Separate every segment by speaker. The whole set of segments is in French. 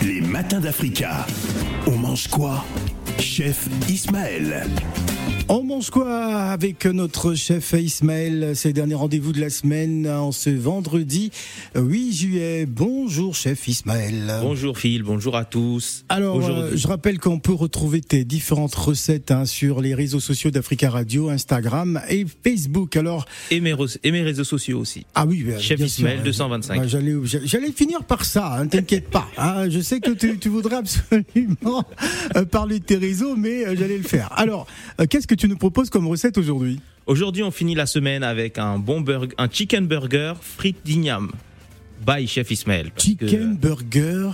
Speaker 1: Les matins d'Africa. On mange quoi? Chef Ismaël.
Speaker 2: On mange quoi avec notre chef Ismaël? C'est le dernier rendez-vous de la semaine en ce vendredi 8 juillet. Bonjour chef Ismaël.
Speaker 3: Bonjour Phil, bonjour à tous.
Speaker 2: Alors, je rappelle qu'on peut retrouver tes différentes recettes sur les réseaux sociaux d'Africa Radio, Instagram et Facebook. Alors,
Speaker 3: et mes réseaux sociaux aussi.
Speaker 2: Ah oui,
Speaker 3: chef
Speaker 2: bien
Speaker 3: Ismaël
Speaker 2: sûr.
Speaker 3: 225.
Speaker 2: Bah, j'allais finir par ça, t'inquiète pas. Je sais que tu voudrais absolument parler de tes réseaux, mais j'allais le faire. Alors, qu'est-ce que tu nous proposes comme recette aujourd'hui?
Speaker 3: Aujourd'hui, on finit la semaine avec un chicken burger frites d'igname. By chef Ismaël.
Speaker 2: Burger,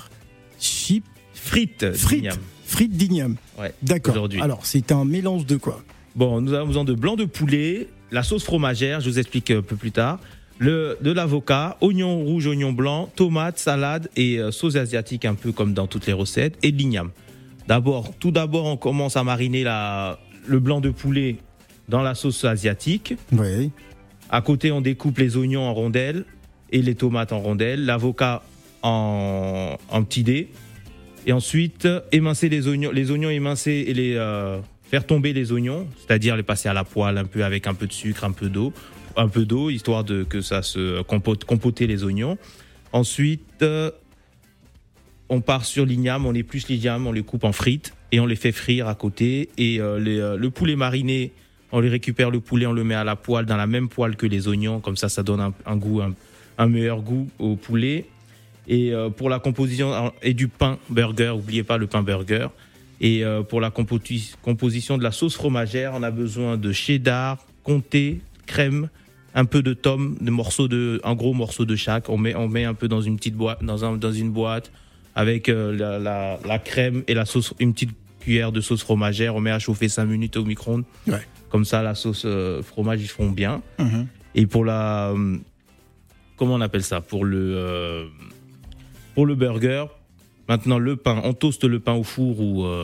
Speaker 2: frites
Speaker 3: d'igname.
Speaker 2: Frites d'igname.
Speaker 3: Ouais,
Speaker 2: d'accord.
Speaker 3: Aujourd'hui.
Speaker 2: Alors, c'est un mélange de quoi?
Speaker 3: Bon, nous avons besoin de blanc de poulet, la sauce fromagère, je vous explique un peu plus tard, de l'avocat, oignon rouge, oignon blanc, tomates, salade et sauce asiatique un peu comme dans toutes les recettes et de l'igname. Tout d'abord, on commence à mariner le blanc de poulet dans la sauce asiatique.
Speaker 2: Oui.
Speaker 3: À côté, on découpe les oignons en rondelles et les tomates en rondelles, l'avocat en petits dés. Et ensuite, émincer les oignons émincés et faire tomber les oignons, c'est-à-dire les passer à la poêle un peu avec un peu de sucre, un peu d'eau, histoire que ça se compoter les oignons. Ensuite, on part sur l'igname, on épluche l'igname, on les coupe en frites et on les fait frire à côté. Et le poulet mariné, on les récupère le poulet, on le met à la poêle, dans la même poêle que les oignons, comme ça donne un meilleur goût au poulet. Et pour la composition, et du pain burger, n'oubliez pas le pain burger. Et pour la composition de la sauce fromagère, on a besoin de cheddar, comté, crème, un peu de tome, un gros morceau de chaque. On met un peu dans une petite boîte, dans une boîte, avec la crème et la sauce, une petite cuillère de sauce fromagère. On met à chauffer 5 minutes au micro-ondes. Ouais. Comme ça, la sauce fromage, ils font bien. Mm-hmm. Et pour comment on appelle ça? Pour le burger, maintenant le pain, on toaste le pain au four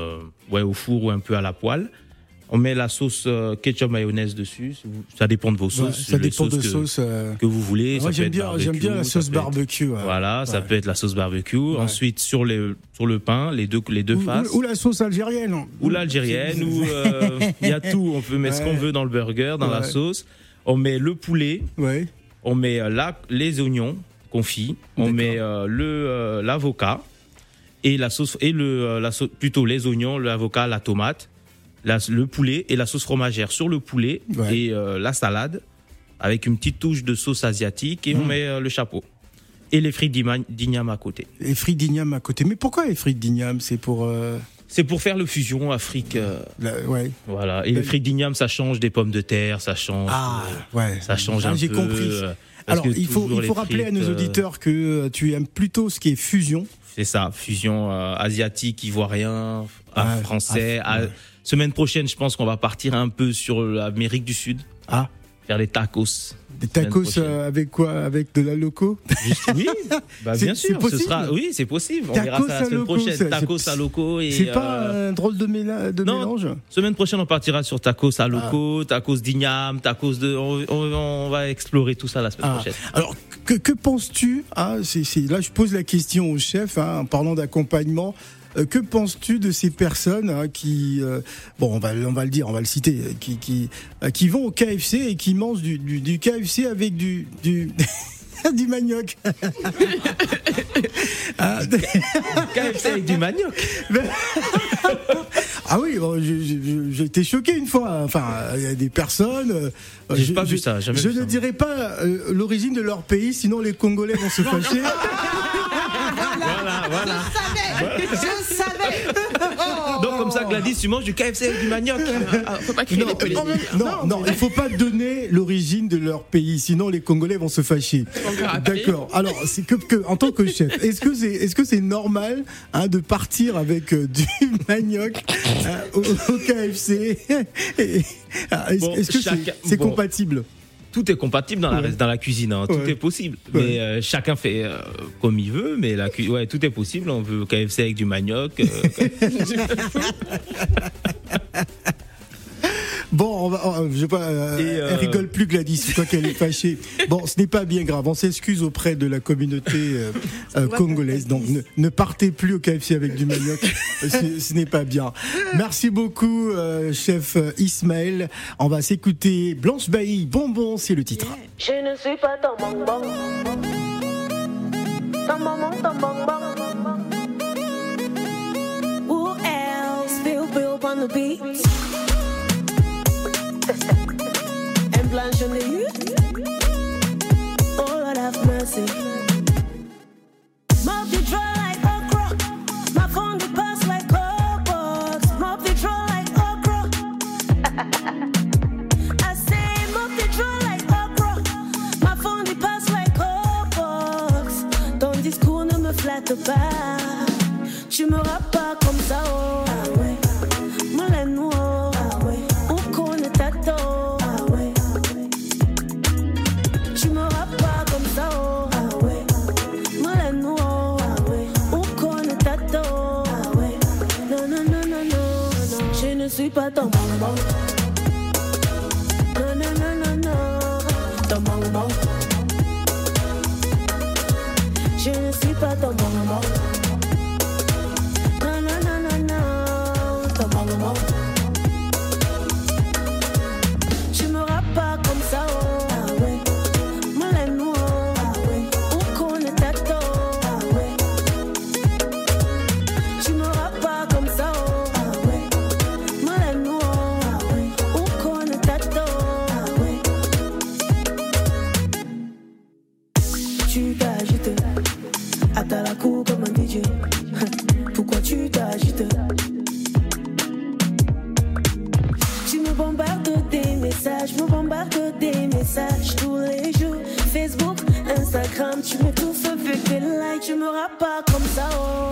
Speaker 3: ou un peu à la poêle. On met la sauce ketchup mayonnaise dessus. Ça dépend de vos sauces.
Speaker 2: Ça dépend de sauce
Speaker 3: que vous voulez.
Speaker 2: Moi, j'aime bien la sauce barbecue.
Speaker 3: Voilà, ça peut être la sauce barbecue. Ouais. Ensuite, sur le pain, les deux faces.
Speaker 2: Ou la sauce algérienne.
Speaker 3: Ou l'algérienne. Il y a tout. On peut mettre ce qu'on veut dans le burger, dans la sauce. On met le poulet. Ouais. On met les oignons confits. On met l'avocat et la sauce plutôt les oignons, l'avocat, la tomate. Le poulet et la sauce fromagère sur le poulet et la salade avec une petite touche de sauce asiatique et on met le chapeau. Et les frites d'igname à côté.
Speaker 2: Les frites d'igname à côté. Mais pourquoi les frites d'igname? C'est pour
Speaker 3: faire le fusion Afrique. Voilà. Et les frites d'igname, ça change des pommes de terre, ça change. Ça change un peu.
Speaker 2: J'ai compris. Alors, il faut rappeler à nos auditeurs que tu aimes plutôt ce qui est fusion.
Speaker 3: C'est ça, fusion asiatique, ivoirien, français. Semaine prochaine, je pense qu'on va partir un peu sur l'Amérique du Sud. Faire les tacos.
Speaker 2: Des tacos avec quoi? Avec de la loco?
Speaker 3: Oui, bien sûr. Oui, c'est possible. On verra ça la semaine prochaine. Tacos à loco.
Speaker 2: C'est pas un drôle de mélange?
Speaker 3: Semaine prochaine, on partira sur tacos à loco, tacos d'igname, on va explorer tout ça la semaine prochaine.
Speaker 2: Alors, que penses-tu? Là, je pose la question au chef, en parlant d'accompagnement. Que penses-tu de ces personnes qui, on va le dire, on va le citer, qui vont au KFC et qui mangent du KFC avec du du manioc.
Speaker 3: KFC avec du manioc.
Speaker 2: Ah oui, j'ai été choqué une fois. Enfin, il y a des personnes.
Speaker 3: J'ai pas vu ça.
Speaker 2: Je ne dirais pas l'origine de leur pays, sinon les Congolais vont se fâcher.
Speaker 3: Voilà.
Speaker 4: Je savais.
Speaker 3: Donc comme ça, Gladys, tu manges du KFC avec du manioc.
Speaker 4: Faut pas créer des polémiques.
Speaker 2: Non, il faut pas donner l'origine de leur pays, sinon les Congolais vont se fâcher. D'accord. Alors, c'est que en tant que chef, est-ce que c'est normal de partir avec du manioc au KFC? Est-ce que c'est compatible?
Speaker 3: Tout est compatible dans la cuisine, tout est possible. Mais chacun fait comme il veut, mais tout est possible. On veut KFC avec du manioc.
Speaker 2: Bon, je sais pas, elle rigole plus, Gladys, c'est toi qu'elle est fâchée. Bon, ce n'est pas bien grave, on s'excuse auprès de la communauté congolaise, donc ne partez plus au KFC avec du manioc, ce n'est pas bien. Merci beaucoup, chef Ismaël. On va s'écouter Blanche Bailly, Bonbon, c'est le titre.
Speaker 5: Je ne suis pas ton bonbon. Ton bonbon, ton bonbon. Who else feel on the beat? And Blanche on the youth. Oh Lord have mercy. Mouth the draw like okra. My phone the pass like box. Mouth the draw like okra. I say mouth the draw like okra. My phone the pass like box. Ton discours ne me flatte pas. Tu me rappes pas comme ça, oh. Ah ouais. Moleno, ah ouais. Où connaît ta to, ah ouais. Tu me rappes pas comme ça, oh. Ah ouais. Moleno, ah ouais. Où connaît ta to, ah ouais. Non, non, non, non, non, non. Je ne suis pas ton bonbon. Non, non, non, non, non. Ton bonbon. Je ne suis pas ton bonbon. Tu me rappes pas comme ça, oh. Ah ouais. Moleno, ah ouais. Où connaît ta to, ah ouais. Tu me rappes pas comme ça, oh. Ah ouais. Moleno, ah ouais. Où connaît ta to, ah ouais. Tu t'agites, à la cour comme un DJ. Pourquoi tu t'agites? Me bombarde des messages tous les jours. Facebook, Instagram, tu m'étouffes avec tes likes. Tu me rappes pas comme ça, oh.